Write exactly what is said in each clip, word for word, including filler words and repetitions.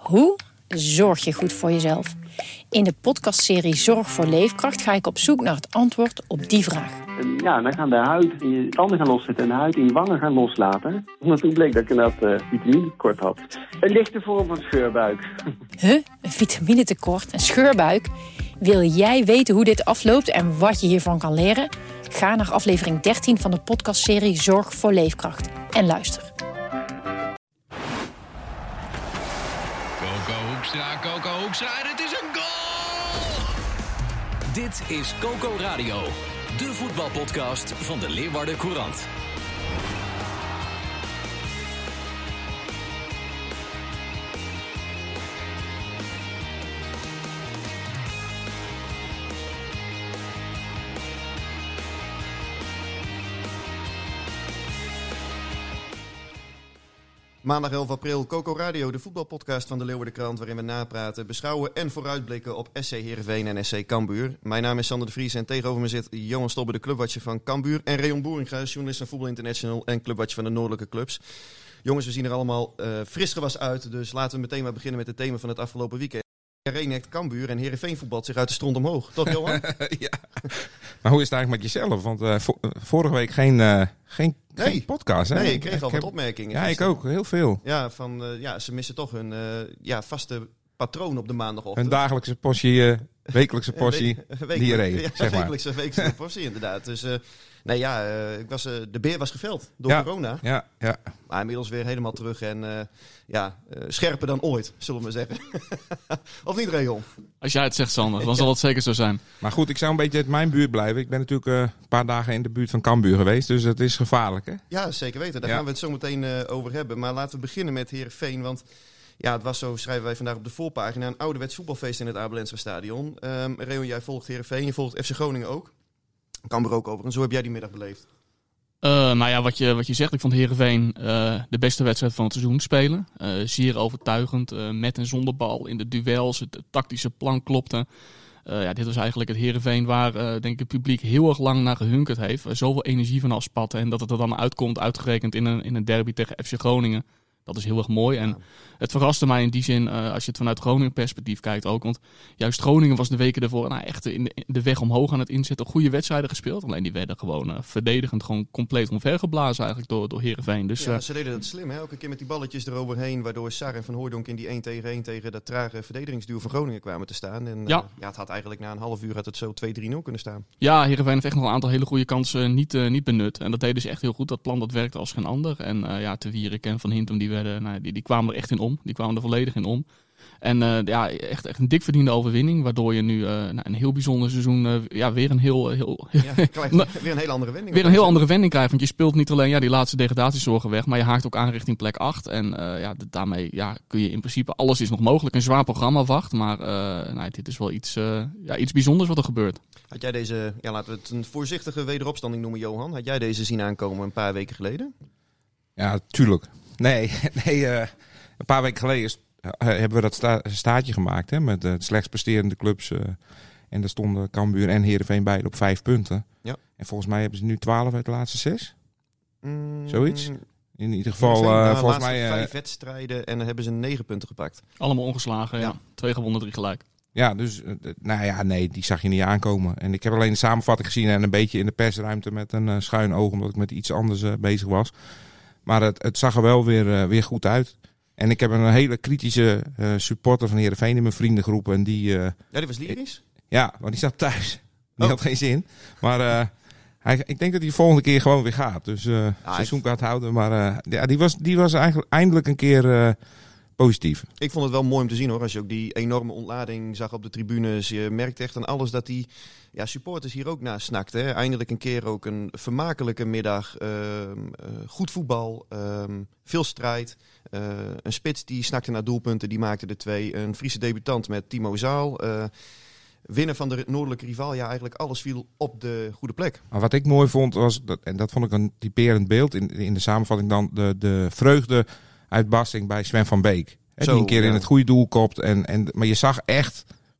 Hoe zorg je goed voor jezelf? In de podcastserie Zorg voor Leefkracht ga ik op zoek naar het antwoord op die vraag. Ja, dan gaan de huid in je tanden gaan loszetten en de huid in je wangen gaan loslaten. Omdat toen bleek dat ik inderdaad uh, vitaminetekort had. Een lichte vorm van scheurbuik. Huh? Een vitaminetekort? Een scheurbuik? Wil jij weten hoe dit afloopt en wat je hiervan kan leren? Ga naar aflevering dertien van de podcastserie Zorg voor Leefkracht en luister. Coco Hoekstra, Coco Hoekstra, het is een goal! Dit is Coco Radio, de voetbalpodcast van de Leeuwarden Courant. Maandag elf april, Coco Radio, de voetbalpodcast van de Leeuwarden Krant, waarin we napraten, beschouwen en vooruitblikken op S C Heerenveen en S C Cambuur. Mijn naam is Sander de Vries en tegenover me zit Johan Stobbe, de clubwatcher van Cambuur, en Reon Boeringa, journalist van Voetbal International en clubwatcher van de Noordelijke clubs. Jongens, we zien er allemaal uh, fris gewas uit, dus laten we meteen maar beginnen met het thema van het afgelopen weekend. Reenect Cambuur en Heerenveen voetbalt zich uit de stront omhoog. Toch, Johan? Ja. Maar hoe is het eigenlijk met jezelf? Want uh, vo- vorige week geen, uh, geen, nee. geen podcast, hè? Nee, ik kreeg al ik wat heb... opmerkingen. Ja, ik ook. Heel veel. Ja, van, uh, ja, ze missen toch hun uh, ja, vaste patroon op de maandagochtend. Een dagelijkse portie, uh, wekelijkse portie Week, diarree, ja, zeg maar. Wekelijkse, wekelijkse portie, inderdaad. Dus uh, nee, ja, uh, ik was, uh, de beer was geveld door ja, corona. Ja, ja. Maar inmiddels weer helemaal terug en uh, ja, uh, scherper dan ooit, zullen we maar zeggen. Of niet, Reon? Als jij het zegt, Sander, dan zal het zeker zo zijn. Maar goed, ik zou een beetje uit mijn buurt blijven. Ik ben natuurlijk uh, een paar dagen in de buurt van Cambuur geweest, dus het is gevaarlijk, hè? Ja, zeker weten. Daar ja. gaan we het zo meteen uh, over hebben. Maar laten we beginnen met Heerenveen, want ja, het was zo, schrijven wij vandaag op de voorpagina, een ouderwets voetbalfeest in het Abelensra stadion. Um, Reon, jij volgt Heerenveen, je volgt F C Groningen ook. Cambuur ook overigens. Hoe heb jij die middag beleefd? Uh, nou ja, wat je, wat je zegt, ik vond Heerenveen uh, de beste wedstrijd van het seizoen spelen. Uh, zeer overtuigend, uh, met en zonder bal in de duels, het, het tactische plan klopte. Uh, ja, dit was eigenlijk het Heerenveen waar uh, denk ik het publiek heel erg lang naar gehunkerd heeft. Uh, zoveel energie van afspatten en dat het er dan uitkomt, uitgerekend in een, in een derby tegen F C Groningen. Dat is heel erg mooi. En het verraste mij in die zin, uh, als je het vanuit Groningen perspectief kijkt ook. Want juist Groningen was de weken ervoor nou, echt in de, de weg omhoog aan het inzetten. Goede wedstrijden gespeeld. Alleen die werden gewoon uh, verdedigend gewoon compleet omvergeblazen eigenlijk door, door Heerenveen. Dus, ja, uh, ze deden dat slim, hè? Elke keer met die balletjes eroverheen. Waardoor Sar en Van Hooijdonk in die één tegen één tegen dat trage verdedigingsduo van Groningen kwamen te staan. En ja. Uh, ja, het had eigenlijk na een half uur had het zo twee drie nul kunnen staan. Ja, Heerenveen heeft echt nog een aantal hele goede kansen niet, uh, niet benut. En dat deden ze echt heel goed. Dat plan dat werkte als geen ander. En uh, ja, Te Wierik en Van Hintem die werden... Nou, Die, die kwamen er echt in om. Die kwamen er volledig in om. En uh, ja, echt, echt een dik verdiende overwinning. Waardoor je nu uh, nou, een heel bijzonder seizoen uh, ja, weer een heel... heel ja, weer een hele andere wending. Weer een heel andere wending krijgt. Want je speelt niet alleen ja, die laatste degradatiezorgen weg. Maar je haakt ook aan richting plek acht. En uh, ja, daarmee ja, kun je in principe... Alles is nog mogelijk. Een zwaar programma wacht. Maar uh, nou, dit is wel iets, uh, ja, iets bijzonders wat er gebeurt. Had jij deze... Ja, laten we het een voorzichtige wederopstanding noemen, Johan. Had jij deze zien aankomen een paar weken geleden? Ja, tuurlijk. Nee, nee uh, een paar weken geleden is, uh, hebben we dat sta- staatje gemaakt hè, met uh, de slechtst presterende clubs. Uh, en daar stonden Cambuur en Heerenveen beide op vijf punten. Ja. En volgens mij hebben ze nu twaalf uit de laatste zes. Mm, Zoiets. In ieder geval, uh, uh, volgens mij... Uh, vijf wedstrijden en dan hebben ze negen punten gepakt. Allemaal ongeslagen, ja. ja. Twee gewonnen, drie gelijk. Ja, dus, uh, nou ja, nee, die zag je niet aankomen. En ik heb alleen de samenvatting gezien en een beetje in de persruimte met een uh, schuin oog, omdat ik met iets anders uh, bezig was. Maar het, het zag er wel weer, uh, weer goed uit. En ik heb een hele kritische uh, supporter van Heerenveen in mijn vriendengroep. En die, uh, ja, die was lyrisch? Ja, want die zat thuis. Die oh. had geen zin. Maar uh, hij, ik denk dat hij de volgende keer gewoon weer gaat. Dus uh, ah, seizoenkaart houden. Maar uh, ja, die was, die was eigenlijk eindelijk een keer uh, positief. Ik vond het wel mooi om te zien hoor. Als je ook die enorme ontlading zag op de tribunes. Je merkt echt aan alles dat die ja, supporters hier ook naar snakten. Hè. Eindelijk een keer ook een vermakelijke middag. Uh, uh, goed voetbal. Uh, veel strijd. Uh, een spits die snakte naar doelpunten. Die maakte er twee. Een Friese debutant met Timo Zaal. Uh, winnen van de noordelijke rivaal. Ja, eigenlijk alles viel op de goede plek. Maar wat ik mooi vond was, dat, en dat vond ik een typerend beeld in, in de samenvatting dan, de, de vreugdeuitbarsting bij Sven van Beek. He, Zo, die een keer ja. in het goede doel kopt. En, en, maar je zag echt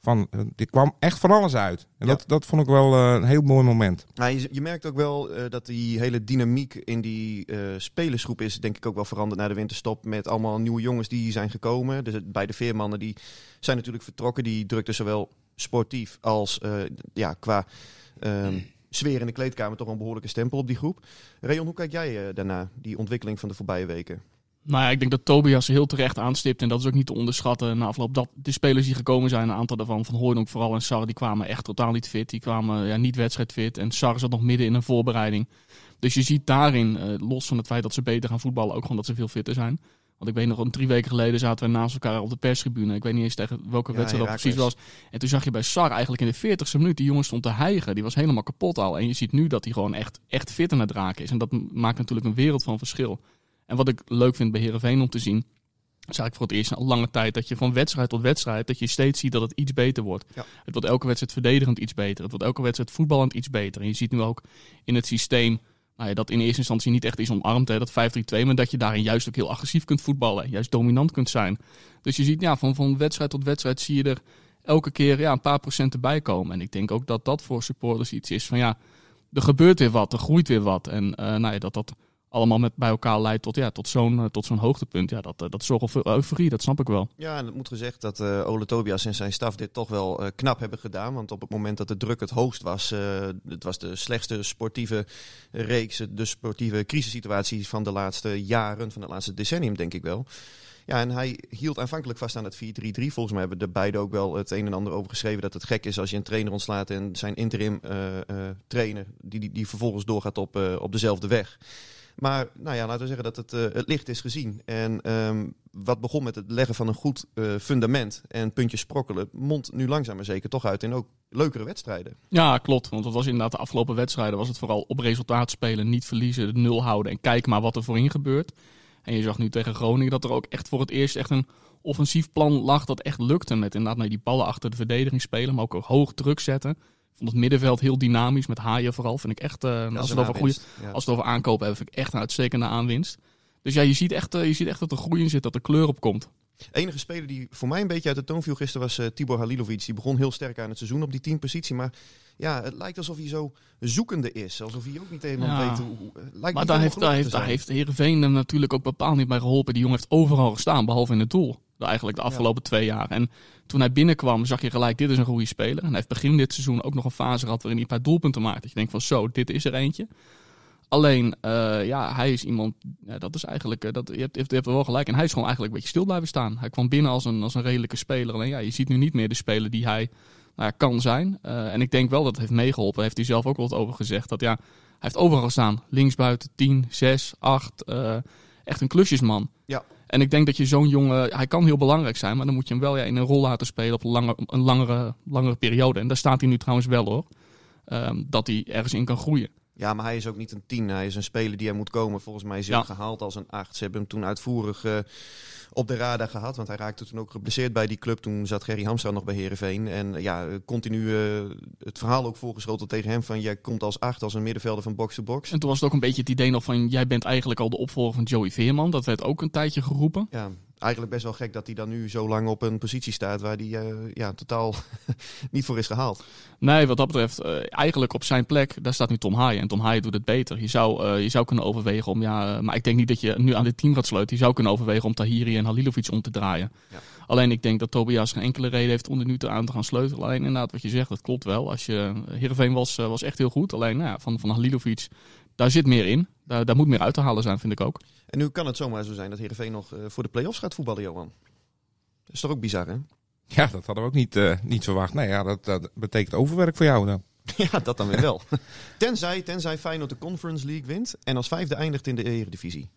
Van, uh, dit kwam echt van alles uit. En Ja. dat, dat vond ik wel uh, een heel mooi moment. Nou, je, je merkt ook wel uh, dat die hele dynamiek in die uh, spelersgroep is denk ik ook wel veranderd na de winterstop. Met allemaal nieuwe jongens die zijn gekomen. Dus beide veermannen die zijn natuurlijk vertrokken. Die drukten zowel sportief als uh, ja, qua um, sfeer in de kleedkamer toch een behoorlijke stempel op die groep. Reon, hoe kijk jij uh, daarna, die ontwikkeling van de voorbije weken? Nou ja, ik denk dat Tobias heel terecht aanstipt. En dat is ook niet te onderschatten na afloop. Dat de spelers die gekomen zijn, een aantal daarvan, Van Hooijdonk vooral en Sarr, die kwamen echt totaal niet fit. Die kwamen ja, niet wedstrijdfit. En Sarr zat nog midden in een voorbereiding. Dus je ziet daarin, uh, los van het feit dat ze beter gaan voetballen, ook gewoon dat ze veel fitter zijn. Want ik weet nog, drie weken geleden zaten we naast elkaar op de perstribune. Ik weet niet eens tegen welke Ja, wedstrijd dat precies was. En toen zag je bij Sarr eigenlijk in de veertigste minuut, die jongen stond te hijgen. Die was helemaal kapot al. En je ziet nu dat hij gewoon echt, echt fit aan het raken is. En dat maakt natuurlijk een wereld van verschil. En wat ik leuk vind bij Heerenveen om te zien, is eigenlijk voor het eerst in een lange tijd dat je van wedstrijd tot wedstrijd, dat je steeds ziet dat het iets beter wordt. Ja. Het wordt elke wedstrijd verdedigend iets beter. Het wordt elke wedstrijd voetballend iets beter. En je ziet nu ook in het systeem, nou ja, dat in eerste instantie niet echt is omarmd, hè, dat vijf drie twee, maar dat je daarin juist ook heel agressief kunt voetballen. Juist dominant kunt zijn. Dus je ziet ja, van, van wedstrijd tot wedstrijd zie je er elke keer ja, een paar procent erbij komen. En ik denk ook dat dat voor supporters iets is van ja, er gebeurt weer wat, er groeit weer wat. En uh, nou ja, dat dat allemaal met bij elkaar leidt tot, ja, tot, zo'n, uh, tot zo'n hoogtepunt. Ja, dat, uh, dat zorgt voor euforie, dat snap ik wel. Ja, en het moet gezegd dat uh, Ole Tobias en zijn staf dit toch wel uh, knap hebben gedaan. Want op het moment dat de druk het hoogst was, uh, het was de slechtste sportieve reeks, de sportieve crisissituatie van de laatste jaren, van het laatste decennium denk ik wel. Ja, en hij hield aanvankelijk vast aan het vier drie drie. Volgens mij hebben de beide ook wel het een en ander over geschreven dat het gek is als je een trainer ontslaat en zijn interim uh, uh, trainer, die, die, die vervolgens doorgaat op, uh, op dezelfde weg. Maar nou ja, laten we zeggen dat het, uh, het licht is gezien. En um, wat begon met het leggen van een goed uh, fundament en puntjes sprokkelen, mondt nu langzaam maar zeker toch uit in ook leukere wedstrijden. Ja, klopt. Want dat was inderdaad de afgelopen wedstrijden was het vooral op resultaat spelen, niet verliezen, de nul houden en kijken maar wat er voorin gebeurt. En je zag nu tegen Groningen dat er ook echt voor het eerst echt een offensief plan lag dat echt lukte. Met inderdaad nou, die ballen achter de verdediging spelen, maar ook hoog druk zetten. Ik vond het middenveld heel dynamisch, met Haaien vooral. Vind ik echt, uh, als, het over goeie, ja. als het over aankopen hebben, vind ik echt een uitstekende aanwinst. Dus ja, je ziet echt, uh, je ziet echt dat er groei in zit, dat er kleur op komt. De enige speler die voor mij een beetje uit de toon viel gisteren was uh, Tibor Halilovic. Die begon heel sterk aan het seizoen op die teampositie. Maar ja, het lijkt alsof hij zo zoekende is. Alsof hij ook niet helemaal ja. weet hoe... Uh, lijkt maar daar heeft, daar, heeft, daar heeft Heerenveen hem natuurlijk ook bepaald niet bij geholpen. Die jongen heeft overal gestaan, behalve in het doel. Eigenlijk de afgelopen ja. twee jaar. En toen hij binnenkwam, zag je gelijk, dit is een goede speler. En hij heeft begin dit seizoen ook nog een fase gehad waarin hij een paar doelpunten maakt. Dat je denkt van zo, dit is er eentje. Alleen, uh, ja, hij is iemand, ja, dat is eigenlijk, uh, dat, je, hebt, je hebt er wel gelijk. En hij is gewoon eigenlijk een beetje stil blijven staan. Hij kwam binnen als een, als een redelijke speler. Alleen ja, je ziet nu niet meer de speler die hij nou ja, kan zijn. Uh, en ik denk wel dat het heeft meegeholpen. Daar heeft hij zelf ook wel wat over gezegd. Dat ja, hij heeft overal gestaan. Linksbuiten, tien, zes, acht. Uh, echt een klusjesman. Ja. En ik denk dat je zo'n jongen, hij kan heel belangrijk zijn, maar dan moet je hem wel ja, in een rol laten spelen op een, lange, een langere, langere periode. En daar staat hij nu trouwens wel hoor. Um, dat hij ergens in kan groeien. Ja, maar hij is ook niet een tien. Hij is een speler die er moet komen. Volgens mij is hij ja. gehaald als een acht. Ze hebben hem toen uitvoerig uh, op de radar gehad. Want hij raakte toen ook geblesseerd bij die club. Toen zat Gerry Hamstra nog bij Heerenveen. En ja, continu uh, het verhaal ook voorgeschoteld tegen hem van jij komt als acht, als een middenvelder van box-to-box. En toen was het ook een beetje het idee nog van jij bent eigenlijk al de opvolger van Joey Veerman. Dat werd ook een tijdje geroepen. Ja, eigenlijk best wel gek dat hij dan nu zo lang op een positie staat waar hij uh, ja, totaal niet voor is gehaald. Nee, wat dat betreft, uh, eigenlijk op zijn plek, daar staat nu Tom Haaien. En Tom Haaien doet het beter. Je zou, uh, je zou kunnen overwegen om, ja, uh, maar ik denk niet dat je nu aan dit team gaat sleutelen. Je zou kunnen overwegen om Tahiri en Halilovic om te draaien. Ja. Alleen ik denk dat Tobias geen enkele reden heeft om er nu te aan te gaan sleutelen. Alleen inderdaad, wat je zegt, dat klopt wel. Als je, Heerenveen was, uh, was echt heel goed. Alleen nou ja, van, van Halilovic, daar zit meer in. Daar, daar moet meer uit te halen zijn, vind ik ook. En nu kan het zomaar zo zijn dat Heerenveen nog uh, voor de play-offs gaat voetballen, Johan. Dat is toch ook bizar, hè? Ja, dat hadden we ook niet, uh, niet verwacht. Nee, ja, dat, dat betekent overwerk voor jou dan. Ja, dat dan weer wel. tenzij, tenzij Feyenoord de Conference League wint en als vijfde eindigt in de Eredivisie.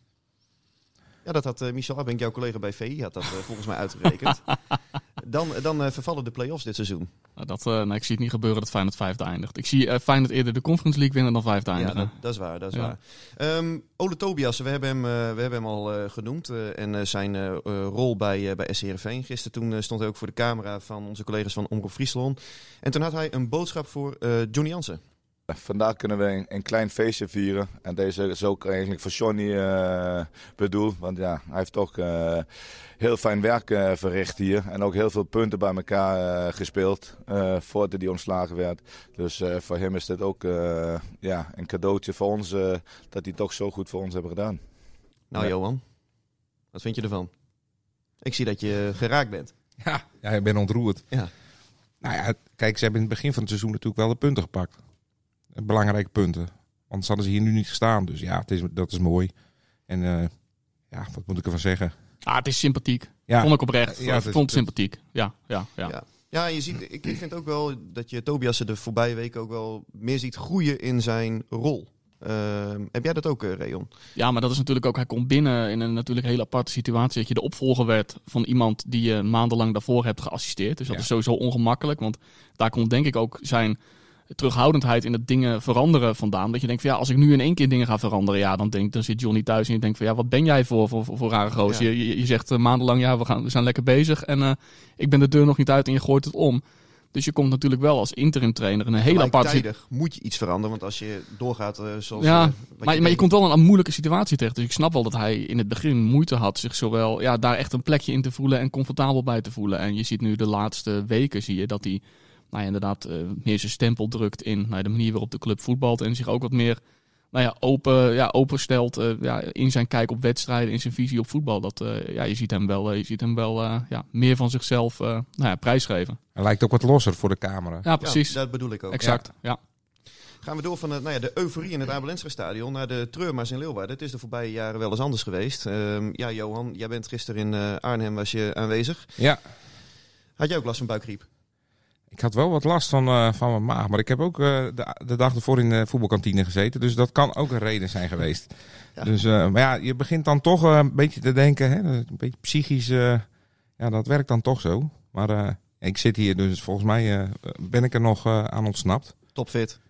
Ja, dat had uh, Michel Abbenk, jouw collega bij V I, had dat uh, volgens mij uitgerekend. Dan, dan uh, vervallen de play-offs dit seizoen. Dat, uh, nou, ik zie het niet gebeuren dat Feyenoord vijfde eindigt. Ik zie uh, Feyenoord eerder de Conference League winnen dan vijfde eindigen. Ja, dat, dat is waar. Dat is ja. waar. Um, Ole Tobias, we hebben hem, uh, we hebben hem al uh, genoemd. Uh, en uh, zijn uh, uh, rol bij, uh, bij S C Heerenveen. Gisteren toen uh, stond hij ook voor de camera van onze collega's van Omroep Friesland. En toen had hij een boodschap voor uh, Johnny Jansen. Vandaag kunnen we een, een klein feestje vieren. En deze is ook eigenlijk voor Johnny uh, bedoeld. Want ja, hij heeft toch uh, heel fijn werk uh, verricht hier. En ook heel veel punten bij elkaar uh, gespeeld. Uh, voordat hij ontslagen werd. Dus uh, voor hem is dit ook uh, ja, een cadeautje voor ons. Uh, dat hij toch zo goed voor ons hebben gedaan. Nou ja. Johan, wat vind je ervan? Ik zie dat je geraakt bent. Ja, ja ik ben ontroerd. Ja. Nou ja, kijk, ze hebben in het begin van het seizoen natuurlijk wel de punten gepakt. Belangrijke punten. Anders hadden ze hier nu niet gestaan. Dus ja, het is, dat is mooi. En uh, ja, wat moet ik ervan zeggen? Ah, het is sympathiek. Ja. Vond ik oprecht. Ja, ik vond het sympathiek. Ja, ja, ja. ja. Ja, je ziet, ik, ik vind ook wel dat je Tobias de voorbije weken ook wel meer ziet groeien in zijn rol. Uh, heb jij dat ook, uh, Reon? Ja, maar dat is natuurlijk ook, hij komt binnen in een natuurlijk hele aparte situatie. Dat je de opvolger werd van iemand die je maandenlang daarvoor hebt geassisteerd. Dus dat ja. is sowieso ongemakkelijk. Want daar komt denk ik ook zijn terughoudendheid in het dingen veranderen vandaan. Dat je denkt van ja, als ik nu in één keer dingen ga veranderen, ja, dan, denk, dan zit Johnny thuis en je denkt van ja, wat ben jij voor, voor, voor, voor rare gozer? Ja. Je, je, je zegt uh, maandenlang ja, we, gaan, we zijn lekker bezig en uh, ik ben de deur nog niet uit en je gooit het om. Dus je komt natuurlijk wel als interim trainer in een hele aparte situatie. Moet je iets veranderen, want als je doorgaat uh, zoals... Ja, uh, maar, je, maar je komt wel in een moeilijke situatie terecht. Dus ik snap wel dat hij in het begin moeite had zich zowel ja, daar echt een plekje in te voelen en comfortabel bij te voelen. En je ziet nu de laatste weken zie je dat hij nou ja, inderdaad uh, meer zijn stempel drukt in nou, de manier waarop de club voetbalt. En zich ook wat meer nou ja, open, ja, openstelt uh, ja, in zijn kijk op wedstrijden, in zijn visie op voetbal. Dat, uh, ja, je ziet hem wel, uh, je ziet hem wel uh, ja, meer van zichzelf uh, nou ja, prijsgeven. Hij lijkt ook wat losser voor de camera. Ja, precies. Ja, dat bedoel ik ook. Exact, ja. ja. Gaan we door van het, nou ja, de euforie in het Abel Enstra stadion naar de treurmaars in Leeuwarden. Het is de voorbije jaren wel eens anders geweest. Uh, ja, Johan, jij bent gisteren in uh, Arnhem was je aanwezig. Ja. Had jij ook last van buikgriep? Ik had wel wat last van, uh, van mijn maag, maar ik heb ook uh, de, de dag ervoor in de voetbalkantine gezeten. Dus dat kan ook een reden zijn geweest. Ja. Dus, uh, maar ja, je begint dan toch uh, een beetje te denken, hè, een beetje psychisch, uh, ja, dat werkt dan toch zo. Maar uh, ik zit hier, dus volgens mij uh, ben ik er nog uh, aan ontsnapt. Topfit.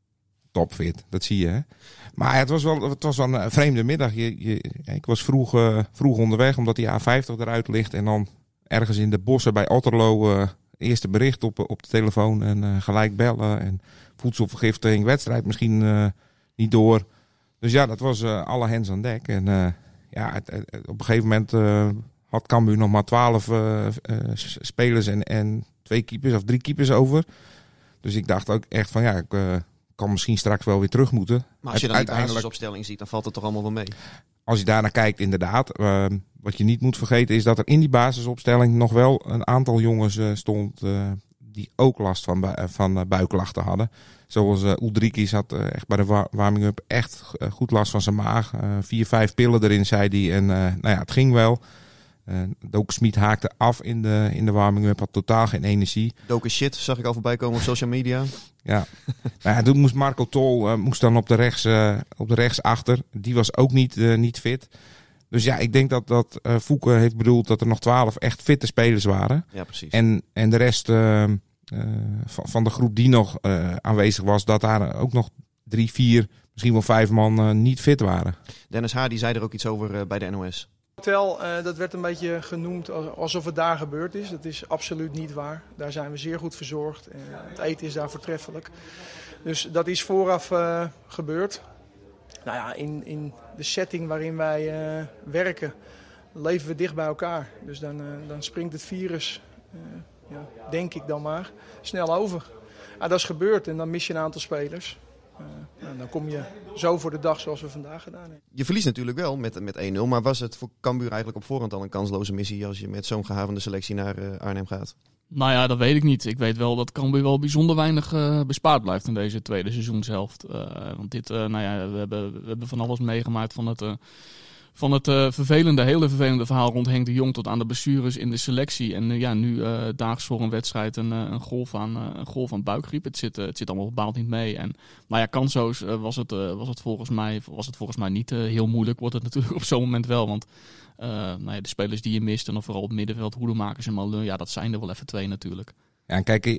Topfit, dat zie je, hè. Maar het was wel, het was wel een vreemde middag. Je, je, ik was vroeg, uh, vroeg onderweg, omdat die A vijftig eruit ligt. En dan ergens in de bossen bij Otterlo... Uh, eerste bericht op, op de telefoon en uh, gelijk bellen. En voedselvergiftiging, wedstrijd misschien uh, niet door. Dus ja, dat was uh, alle hens aan dek. En uh, ja, het, het, op een gegeven moment uh, had Cambuur nog maar twaalf uh, uh, spelers en, en twee keepers of drie keepers over. Dus ik dacht ook echt van ja, ik uh, kan misschien straks wel weer terug moeten. Maar als je dan die basisopstelling ziet, dan valt het toch allemaal wel mee? Als je daarnaar kijkt, inderdaad. Uh, wat je niet moet vergeten is dat er in die basisopstelling nog wel een aantal jongens uh, stond uh, die ook last van, bu- van uh, buikklachten hadden. Zoals uh, Uldrikis had uh, echt bij de wa- warming-up echt uh, goed last van zijn maag. Uh, vier, vijf pillen erin, zei hij. En uh, nou ja, het ging wel. Uh, Doke Smit haakte af in de, in de warming-up, had totaal geen energie. Doke shit, zag ik al voorbij komen op social media. Ja, nou ja, toen moest Marco Tol uh, moest dan op de, rechts, uh, op de rechtsachter. Die was ook niet, uh, niet fit. Dus ja, ik denk dat, dat uh, Fouke heeft bedoeld dat er nog twaalf echt fitte spelers waren. Ja, precies. En, en de rest uh, uh, van, van de groep die nog uh, aanwezig was, dat daar ook nog drie, vier, misschien wel vijf man uh, niet fit waren. Dennis Haar, die zei er ook iets over uh, bij de N O S. Hotel, uh, dat werd een beetje genoemd alsof het daar gebeurd is. Dat is absoluut niet waar. Daar zijn we zeer goed verzorgd. En het eten is daar voortreffelijk. Dus dat is vooraf uh, gebeurd. Nou ja, in, in de setting waarin wij uh, werken, leven we dicht bij elkaar. Dus dan, uh, dan springt het virus, uh, ja, denk ik dan maar, snel over. Ah, dat is gebeurd en dan mis je een aantal spelers. Uh, nou, dan kom je zo voor de dag zoals we vandaag gedaan hebben. Je verliest natuurlijk wel met, met één nul, maar was het voor Cambuur eigenlijk op voorhand al een kansloze missie als je met zo'n gehavende selectie naar uh, Arnhem gaat? Nou ja, dat weet ik niet. Ik weet wel dat Cambuur wel bijzonder weinig uh, bespaard blijft in deze tweede seizoenshelft. Uh, want dit, uh, nou ja, we hebben, we hebben van alles meegemaakt van het... Uh, Van het uh, vervelende, hele vervelende verhaal rond Henk de Jong tot aan de blessures in de selectie. En uh, ja, nu uh, daags voor een wedstrijd een, uh, een, golf aan, uh, een golf aan buikgriep. Het zit, uh, het zit allemaal bepaald niet mee. En, maar ja, kansloos uh, was, het, uh, was, het volgens mij, was het volgens mij niet uh, heel moeilijk. Wordt het natuurlijk op zo'n moment wel. Want uh, nou ja, de spelers die je mist en dan vooral op het middenveld, hoedemakers en Malun, ja, dat zijn er wel even twee natuurlijk. Ja, en kijk,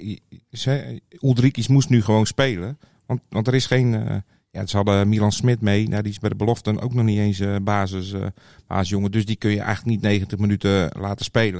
Uldrikis moest nu gewoon spelen. Want, want er is geen... Uh... Ja, ze hadden Milan Smit mee. Nou, die is bij de beloften ook nog niet eens uh, basis, uh, basisjongen. Dus die kun je eigenlijk niet negentig minuten laten spelen.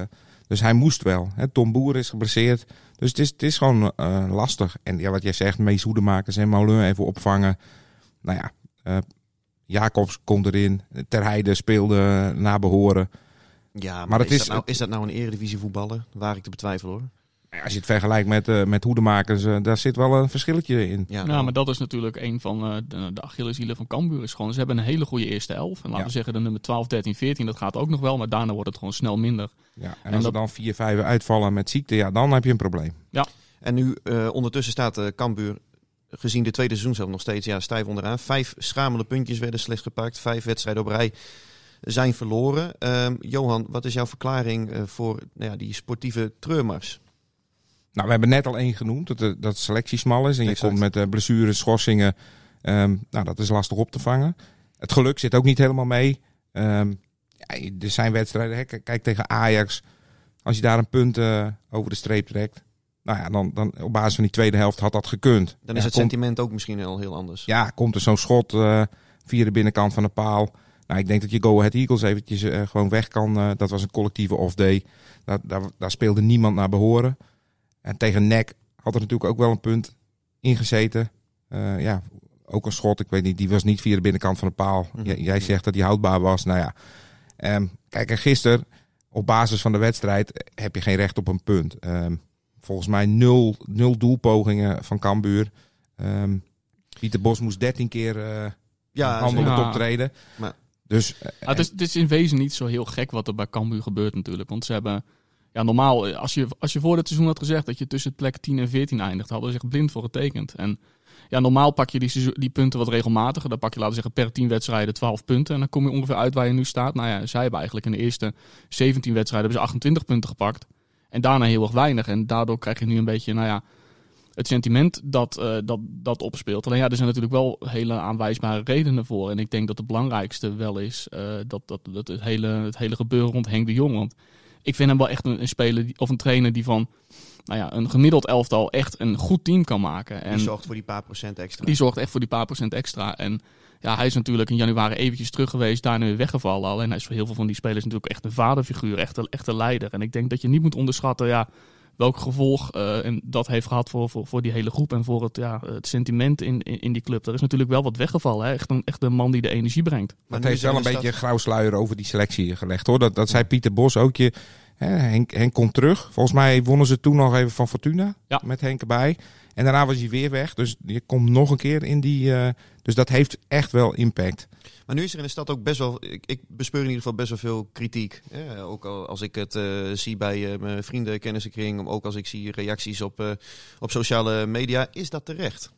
Dus hij moest wel. Hè. Tom Boer is geblesseerd. Dus het is, het is gewoon uh, lastig. En ja, wat jij zegt, Mees Hoedemakers en Moulin even opvangen. Nou ja, uh, Jacobs komt erin. Ter Heide speelde naar behoren. Ja, maar, maar het is, is, dat nou, is dat nou een eredivisie voetballer? Waar ik te betwijfelen hoor. Als je het vergelijkt met, uh, met Hoedemakers, uh, daar zit wel een verschilletje in. Ja, nou, maar dat is natuurlijk een van uh, de, de Achilleshielen van Cambuur. Is gewoon, ze hebben een hele goede eerste elf. En laten ja. we zeggen de nummer twaalf, dertien, veertien, dat gaat ook nog wel. Maar daarna wordt het gewoon snel minder. Ja, en, en als dat... er dan vier, vijf uitvallen met ziekte, ja, dan heb je een probleem. Ja. En nu uh, ondertussen staat uh, Cambuur, gezien de tweede seizoen zelf nog steeds ja, stijf onderaan. Vijf schamele puntjes werden slechts gepakt. Vijf wedstrijden op rij zijn verloren. Uh, Johan, wat is jouw verklaring uh, voor nou ja, die sportieve treurmars? Nou, we hebben net al één genoemd, dat de, dat de selectie smal is. En je exact. komt met uh, blessures, schorsingen. Um, nou, dat is lastig op te vangen. Het geluk zit ook niet helemaal mee. Um, ja, er zijn wedstrijden, hè, kijk tegen Ajax. Als je daar een punt uh, over de streep trekt. Nou ja, dan, dan op basis van die tweede helft had dat gekund. Dan is ja, het komt, sentiment ook misschien al heel anders. Ja, komt er zo'n schot uh, via de binnenkant van de paal. Nou, ik denk dat je Go Ahead Eagles eventjes uh, gewoon weg kan. Uh, dat was een collectieve off-day. Daar, daar, daar speelde niemand naar behoren. En tegen N E C had er natuurlijk ook wel een punt ingezeten. Uh, ja, ook een schot. Ik weet niet, die was niet via de binnenkant van de paal. Mm-hmm. J- jij zegt dat die houdbaar was. Nou ja, um, kijk, en gisteren op basis van de wedstrijd heb je geen recht op een punt. Um, volgens mij nul, nul doelpogingen van Cambuur. Um, Pieter Bos moest dertien keer uh, ja, handelend ja. optreden. Maar... Dus, uh, ja, het, is, het is in wezen niet zo heel gek wat er bij Cambuur gebeurt natuurlijk. Want ze hebben... Ja, normaal, als je, als je voor het seizoen had gezegd dat je tussen plek tien en veertien eindigt, hadden ze zich blind voor getekend. En ja, normaal pak je die, die punten wat regelmatiger. Dan pak je, laten we zeggen, per tien wedstrijden twaalf punten. En dan kom je ongeveer uit waar je nu staat. Nou ja, zij hebben eigenlijk in de eerste zeventien wedstrijden hebben ze achtentwintig punten gepakt. En daarna heel erg weinig. En daardoor krijg je nu een beetje, nou ja, het sentiment dat, uh, dat, dat opspeelt. Alleen ja, er zijn natuurlijk wel hele aanwijsbare redenen voor. En ik denk dat de belangrijkste wel is uh, dat, dat, dat het, hele, het hele gebeuren rond Henk de Jong. Want ik vind hem wel echt een, een speler die, of een trainer die van nou ja, een gemiddeld elftal echt een goed team kan maken. En die zorgt voor die paar procent extra. Die zorgt echt voor die paar procent extra. En ja, hij is natuurlijk in januari eventjes terug geweest, daarna weer weggevallen. Alleen hij is voor heel veel van die spelers natuurlijk echt een vaderfiguur, echt een, echt een leider. En ik denk dat je niet moet onderschatten ja, welk gevolg uh, en dat heeft gehad voor, voor, voor die hele groep en voor het, ja, het sentiment in, in, in die club. Er is natuurlijk wel wat weggevallen. Hè? Echt, een, echt een man die de energie brengt. Maar het heeft wel een beetje een grauw sluier over die selectie gelegd, hoor. Dat, dat zei Pieter Bos ook. Je, hè, Henk, Henk komt terug. Volgens mij wonnen ze toen nog even van Fortuna. Ja. Met Henk erbij. En daarna was hij weer weg. Dus je komt nog een keer in die... Uh, dus dat heeft echt wel impact. Maar nu is er in de stad ook best wel... Ik, ik bespeur in ieder geval best wel veel kritiek. Ja, ook al als ik het uh, zie bij uh, mijn vrienden, kennissenkring. Ook als ik zie reacties op, uh, op sociale media. Is dat terecht?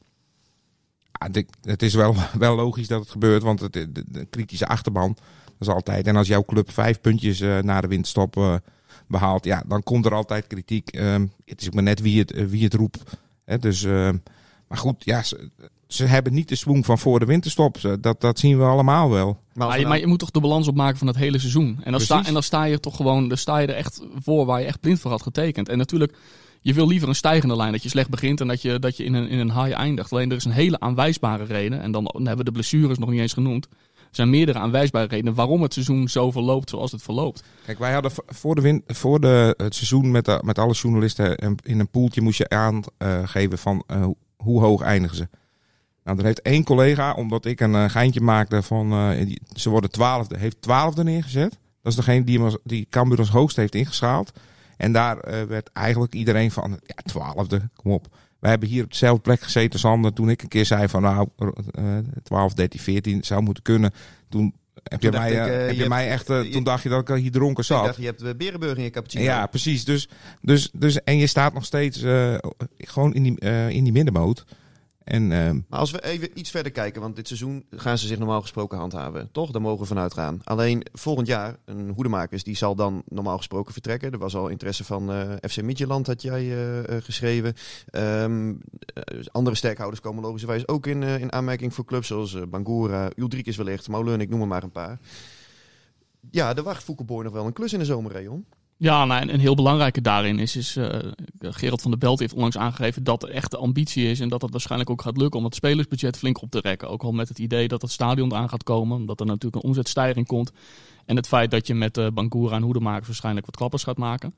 Ja, de, het is wel, wel logisch dat het gebeurt. Want het, de, de kritische achterban, dat is altijd... En als jouw club vijf puntjes uh, na de winterstop uh, behaalt... Ja, dan komt er altijd kritiek. Um, het is ook maar net wie het, uh, wie het roept. Hè, dus... Uh, maar goed, ja... Ze, Ze hebben niet de swoon van voor de winterstop. Dat, dat zien we allemaal wel. Maar, maar, je, maar je moet toch de balans opmaken van het hele seizoen. En dan, sta, en dan sta je toch gewoon, dan sta je er echt voor waar je echt blind voor had getekend. En natuurlijk, je wil liever een stijgende lijn. Dat je slecht begint en dat je, dat je in, een, in een high eindigt. Alleen er is een hele aanwijsbare reden. En dan, dan hebben we de blessures nog niet eens genoemd. Er zijn meerdere aanwijsbare redenen waarom het seizoen zo verloopt zoals het verloopt. Kijk, wij hadden voor, de win, voor de, het seizoen met, de, met alle journalisten in een poeltje moest je aangeven van uh, hoe hoog eindigen ze. Nou, er heeft één collega, omdat ik een uh, geintje maakte van uh, die, ze worden twaalfde, heeft twaalfde neergezet. Dat is degene die, hem, die Cambuur als hoogste heeft ingeschaald. En daar uh, werd eigenlijk iedereen van, ja, twaalfde, kom op. Wij hebben hier op dezelfde plek gezeten, Sander, toen ik een keer zei van nou, uh, twaalf, dertien, veertien zou moeten kunnen. Toen heb je, mij, ik, uh, heb je, je mij echt, uh, je, toen dacht je dat ik hier dronken zat. Ik dacht, je hebt de Berenburg in je cappuccino. Ja, precies. Dus, dus, dus, en je staat nog steeds uh, gewoon in die, uh, in die middenmoot. En, uh, maar als we even iets verder kijken, want dit seizoen gaan ze zich normaal gesproken handhaven. Toch? Daar mogen we vanuit gaan. Alleen volgend jaar, een Hoedemakers, die zal dan normaal gesproken vertrekken. Er was al interesse van uh, F C Midtjylland, had jij uh, uh, geschreven. Um, uh, andere sterkhouders komen logischerwijs ook in, uh, in aanmerking voor clubs zoals uh, Bangura, Uldrikis wellicht, Moulin, ik noem er maar een paar. Ja, er wacht Foukeboy nog wel een klus in de zomer, Rayon. Ja, nou, en een heel belangrijke daarin is, is uh, Gerald van der Belt heeft onlangs aangegeven dat er echt de ambitie is en dat het waarschijnlijk ook gaat lukken om het spelersbudget flink op te rekken. Ook al met het idee dat het stadion eraan gaat komen, omdat er natuurlijk een omzetstijging komt. En het feit dat je met uh, Bangura en Hoedemakers waarschijnlijk wat klappers gaat maken.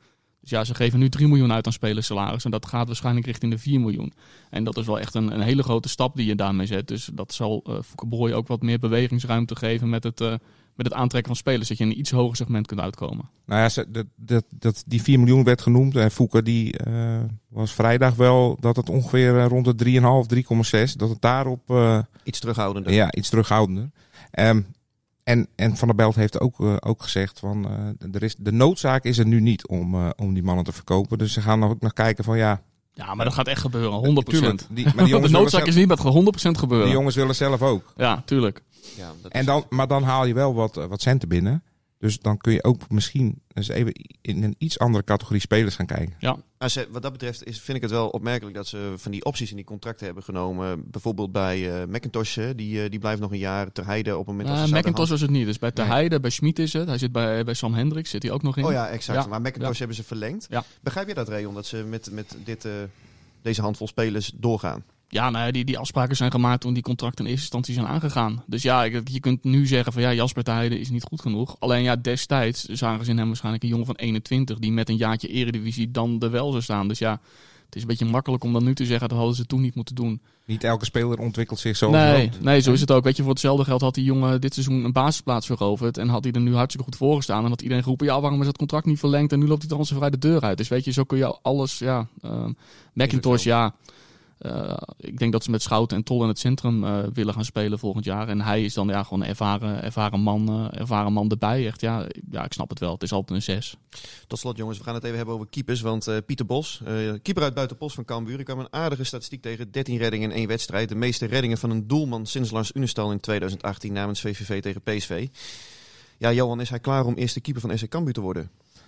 Dus ja, ze geven nu drie miljoen uit aan spelerssalaris. En dat gaat waarschijnlijk richting de vier miljoen. En dat is wel echt een, een hele grote stap die je daarmee zet. Dus dat zal uh, Fouke Boy ook wat meer bewegingsruimte geven met het, uh, met het aantrekken van spelers. Dat je in een iets hoger segment kunt uitkomen. Nou ja, ze, dat, dat, dat, die vier miljoen werd genoemd. En Fouke die uh, was vrijdag wel dat het ongeveer uh, rond de drie komma vijf, drie komma zes. Dat het daarop... Uh, iets terughoudender. Ja, iets terughoudender. Um, En, en Van der Belt heeft ook, uh, ook gezegd van uh, er is, de noodzaak is er nu niet om, uh, om die mannen te verkopen. Dus ze gaan ook naar kijken van ja... Ja, maar dat gaat echt gebeuren, honderd procent. Tuurlijk, die, maar die de noodzaak zelf, is niet, maar het gaat honderd procent gebeuren. Die jongens willen zelf ook. Ja, tuurlijk. Ja, dat en dan, maar dan haal je wel wat, wat centen binnen. Dus dan kun je ook misschien eens even in een iets andere categorie spelers gaan kijken. Ja. Als, wat dat betreft is, vind ik het wel opmerkelijk dat ze van die opties in die contracten hebben genomen. Bijvoorbeeld bij uh, McIntosh, die, uh, die blijft nog een jaar ter heide op het moment uh, dat ze McIntosh was het niet. Dus bij ter nee. heide, bij Schmid is het. Hij zit bij, bij Sam Hendricks, zit hij ook nog in. Oh ja, exact. Ja. Maar McIntosh ja. hebben ze verlengd. Ja. Begrijp je dat, Rayon, dat ze met, met dit, uh, deze handvol spelers doorgaan? Ja, nou ja, die, die afspraken zijn gemaakt toen die contracten in eerste instantie zijn aangegaan. Dus ja, je kunt nu zeggen van ja, Jasper Terheide is niet goed genoeg. Alleen ja, destijds zagen ze in hem waarschijnlijk een jongen van eenentwintig... die met een jaartje eredivisie dan er wel zou staan. Dus ja, het is een beetje makkelijk om dan nu te zeggen dat hadden ze toen niet moeten doen. Niet elke speler ontwikkelt zich zo. Nee, nee, zo is het ook. Weet je, voor hetzelfde geld had die jongen dit seizoen een basisplaats veroverd. En had hij er nu hartstikke goed voor gestaan. En had iedereen geroepen, ja, waarom is dat contract niet verlengd? En nu loopt hij transfervrij de deur uit. Dus weet je, zo kun je alles, ja. Uh, McIntosh, ja. Uh, ik denk dat ze met Schouten en Tol in het centrum uh, willen gaan spelen volgend jaar. En hij is dan ja, gewoon een ervaren, ervaren, man, uh, ervaren man erbij. Echt, ja, ja, ik snap het wel. Het is altijd een zes. Tot slot, jongens, we gaan het even hebben over keepers. Want uh, Pieter Bos, uh, keeper uit Buitenpost van Cambuur, ik kwam een aardige statistiek tegen. dertien reddingen in één wedstrijd. De meeste reddingen van een doelman sinds Lars Unestal in twintig achttien namens V V V tegen P S V. Ja, Johan, is hij klaar om eerste keeper van S C Cambuur te worden?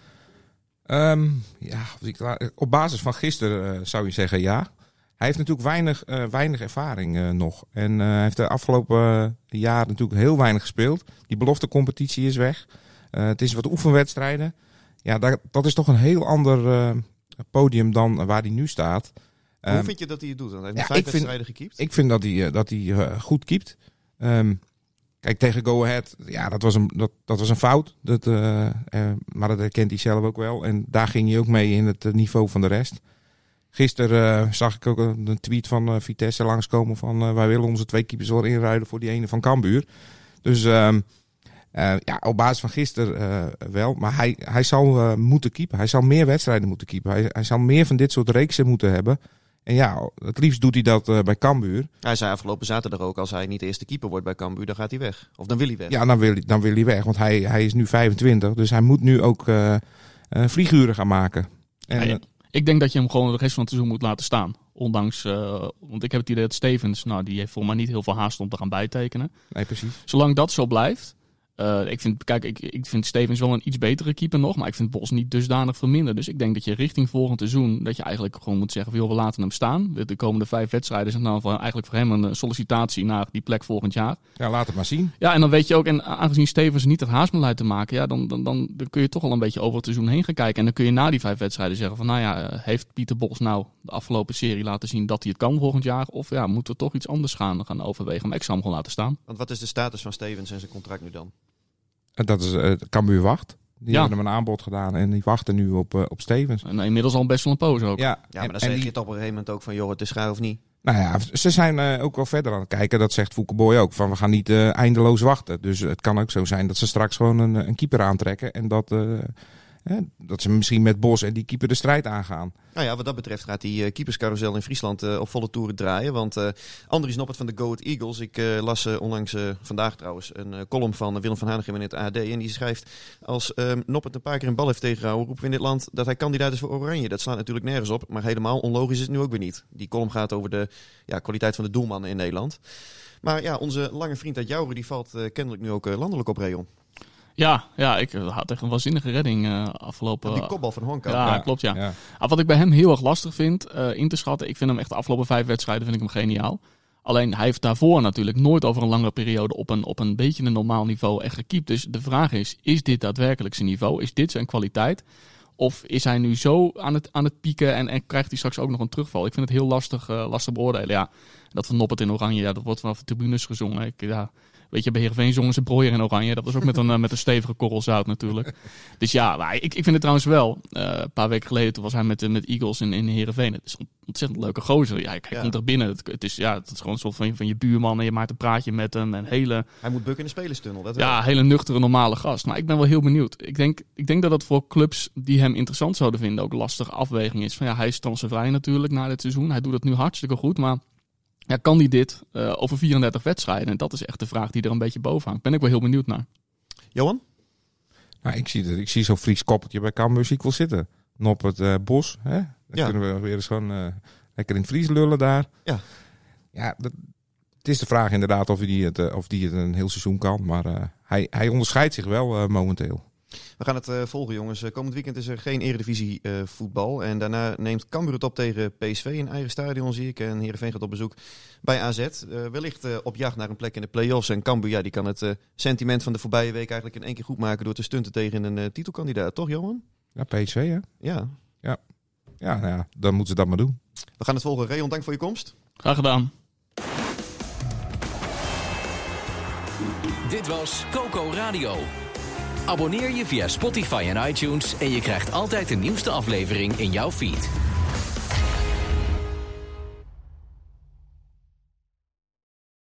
Um, ja, op basis van gisteren uh, zou je zeggen ja. Hij heeft natuurlijk weinig, uh, weinig ervaring uh, nog. En uh, hij heeft de afgelopen uh, jaar natuurlijk heel weinig gespeeld. Die beloftecompetitie is weg. Uh, het is wat oefenwedstrijden. Ja, dat, dat is toch een heel ander uh, podium dan waar hij nu staat. Hoe um, vind je dat hij het doet? Want hij heeft ja, vijf ik wedstrijden vind, gekiept. Ik vind dat hij, uh, dat hij uh, goed keept. Um, kijk, tegen Go Ahead, ja, dat was een, dat, dat was een fout. Dat, uh, uh, maar dat herkent hij zelf ook wel. En daar ging hij ook mee in het uh, niveau van de rest. Gisteren uh, zag ik ook een, een tweet van uh, Vitesse langskomen van uh, wij willen onze twee keepers wel inruilen voor die ene van Cambuur. Dus uh, uh, ja, op basis van gisteren uh, wel. Maar hij, hij zal uh, moeten keepen. Hij zal meer wedstrijden moeten keepen. Hij, hij zal meer van dit soort reeksen moeten hebben. En ja, het liefst doet hij dat uh, bij Cambuur. Hij zei afgelopen zaterdag ook, als hij niet de eerste keeper wordt bij Cambuur, dan gaat hij weg. Of dan wil hij weg. Ja, dan wil, dan wil hij weg. Want hij, hij is nu vijfentwintig. Dus hij moet nu ook uh, uh, vlieguren gaan maken. En, ja, ja. Ik denk dat je hem gewoon de rest van het seizoen moet laten staan. Ondanks, uh, want ik heb het idee dat Stevens, nou die heeft voor mij niet heel veel haast om te gaan bijtekenen. Nee, precies. Zolang dat zo blijft. Uh, ik vind, kijk, ik, ik vind Stevens wel een iets betere keeper nog, maar ik vind Bos niet dusdanig veel minder. Dus ik denk dat je richting volgend seizoen, dat je eigenlijk gewoon moet zeggen, joh, we laten hem staan. De, de komende vijf wedstrijden zijn dan voor, eigenlijk voor hem een sollicitatie naar die plek volgend jaar. Ja, laat het maar zien. Ja, en dan weet je ook, en aangezien Stevens niet het haast moet laten maken, ja, dan, dan, dan, dan kun je toch al een beetje over het seizoen heen gaan kijken. En dan kun je na die vijf wedstrijden zeggen van, nou ja, heeft Pieter Bos nou de afgelopen serie laten zien dat hij het kan volgend jaar? Of ja, moeten we toch iets anders gaan, gaan overwegen? Maar ik zou hem gewoon laten staan. Want wat is de status van Stevens en zijn contract nu dan? Dat is uh, Cambuur wacht. Die ja. hebben hem een aanbod gedaan en die wachten nu op, uh, op Stevens. En inmiddels al best wel een poos ook. Ja, ja maar dan zeg je het op een gegeven moment ook van, joh, het is schaar of niet. Nou ja, ze zijn uh, ook wel verder aan het kijken. Dat zegt Fouke Boy ook. Van we gaan niet uh, eindeloos wachten. Dus het kan ook zo zijn dat ze straks gewoon een, een keeper aantrekken. En dat, uh, eh, dat ze misschien met Bos en die keeper de strijd aangaan. Nou ja, wat dat betreft gaat die uh, keeperscarousel in Friesland uh, op volle toeren draaien. Want uh, Andries Noppert van de Go Ahead Eagles. Ik uh, las uh, onlangs uh, vandaag trouwens een uh, column van uh, Willem van Hanegem in het A D. En die schrijft, als uh, Noppert een paar keer een bal heeft tegengehouden, roepen we in dit land dat hij kandidaat is voor Oranje. Dat slaat natuurlijk nergens op. Maar helemaal onlogisch is het nu ook weer niet. Die column gaat over de ja, kwaliteit van de doelmannen in Nederland. Maar ja, onze lange vriend uit Jouren, die valt uh, kennelijk nu ook uh, landelijk op, Rayon. Ja, ja, ik had echt een waanzinnige redding uh, afgelopen... Ja, die kopbal van Honka. Ja, ja, klopt, ja. ja. Ah, wat ik bij hem heel erg lastig vind uh, in te schatten, ik vind hem echt de afgelopen vijf wedstrijden vind ik hem geniaal. Alleen hij heeft daarvoor natuurlijk nooit over een langere periode op een, op een beetje een normaal niveau echt gekiept. Dus de vraag is, is dit daadwerkelijk zijn niveau? Is dit zijn kwaliteit? Of is hij nu zo aan het, aan het pieken en, en krijgt hij straks ook nog een terugval? Ik vind het heel lastig, uh, lastig beoordelen. Ja, dat van Noppert in Oranje, ja, dat wordt vanaf de tribunes gezongen. Ik, ja, Weet je, bij Heerenveen zongen ze Brooier in oranje. Dat was ook met een, uh, met een stevige korrel zout natuurlijk. Dus ja, maar ik, ik vind het trouwens wel. Uh, een paar weken geleden toen was hij met, met Eagles in, in Heerenveen. Het is een ontzettend leuke gozer. Ja, hij ja. komt er binnen. Het, het, is, ja, het is gewoon een soort van, van je buurman en je maakt een praatje met hem. En hele, hij moet bukken in de spelerstunnel. Dat ja, wel. hele nuchtere, normale gast. Maar ik ben wel heel benieuwd. Ik denk, ik denk dat het voor clubs die hem interessant zouden vinden ook lastige afweging is. Van ja, hij is transfervrij natuurlijk na dit seizoen. Hij doet het nu hartstikke goed, maar ja, kan hij dit uh, over vierendertig wedstrijden? En dat is echt de vraag die er een beetje boven hangt. Ben ik wel heel benieuwd naar. Johan? Nou, ik zie, ik zie zo'n Fries koppeltje bij Cambuur zie ik wel zitten. Nop het uh, Bos. Hè? Dan ja. kunnen we weer eens gewoon uh, lekker in het Fries lullen daar. Ja, ja dat, het is de vraag inderdaad of die het, uh, of die het een heel seizoen kan. Maar uh, hij, hij onderscheidt zich wel uh, momenteel. We gaan het uh, volgen, jongens. Uh, komend weekend is er geen Eredivisie uh, voetbal. En daarna neemt Cambuur het op tegen P S V in eigen stadion, zie ik. En Heerenveen gaat op bezoek bij A Z. Uh, wellicht uh, op jacht naar een plek in de play-offs. En Cambuur, ja, die kan het uh, sentiment van de voorbije week eigenlijk in één keer goed maken door te stunten tegen een uh, titelkandidaat. Toch, Johan? Ja, P S V, hè? Ja. Ja, ja, nou ja, dan moeten ze dat maar doen. We gaan het volgen. Rayon, dank voor je komst. Graag gedaan. Dit was Coco Radio. Abonneer je via Spotify en iTunes en je krijgt altijd de nieuwste aflevering in jouw feed.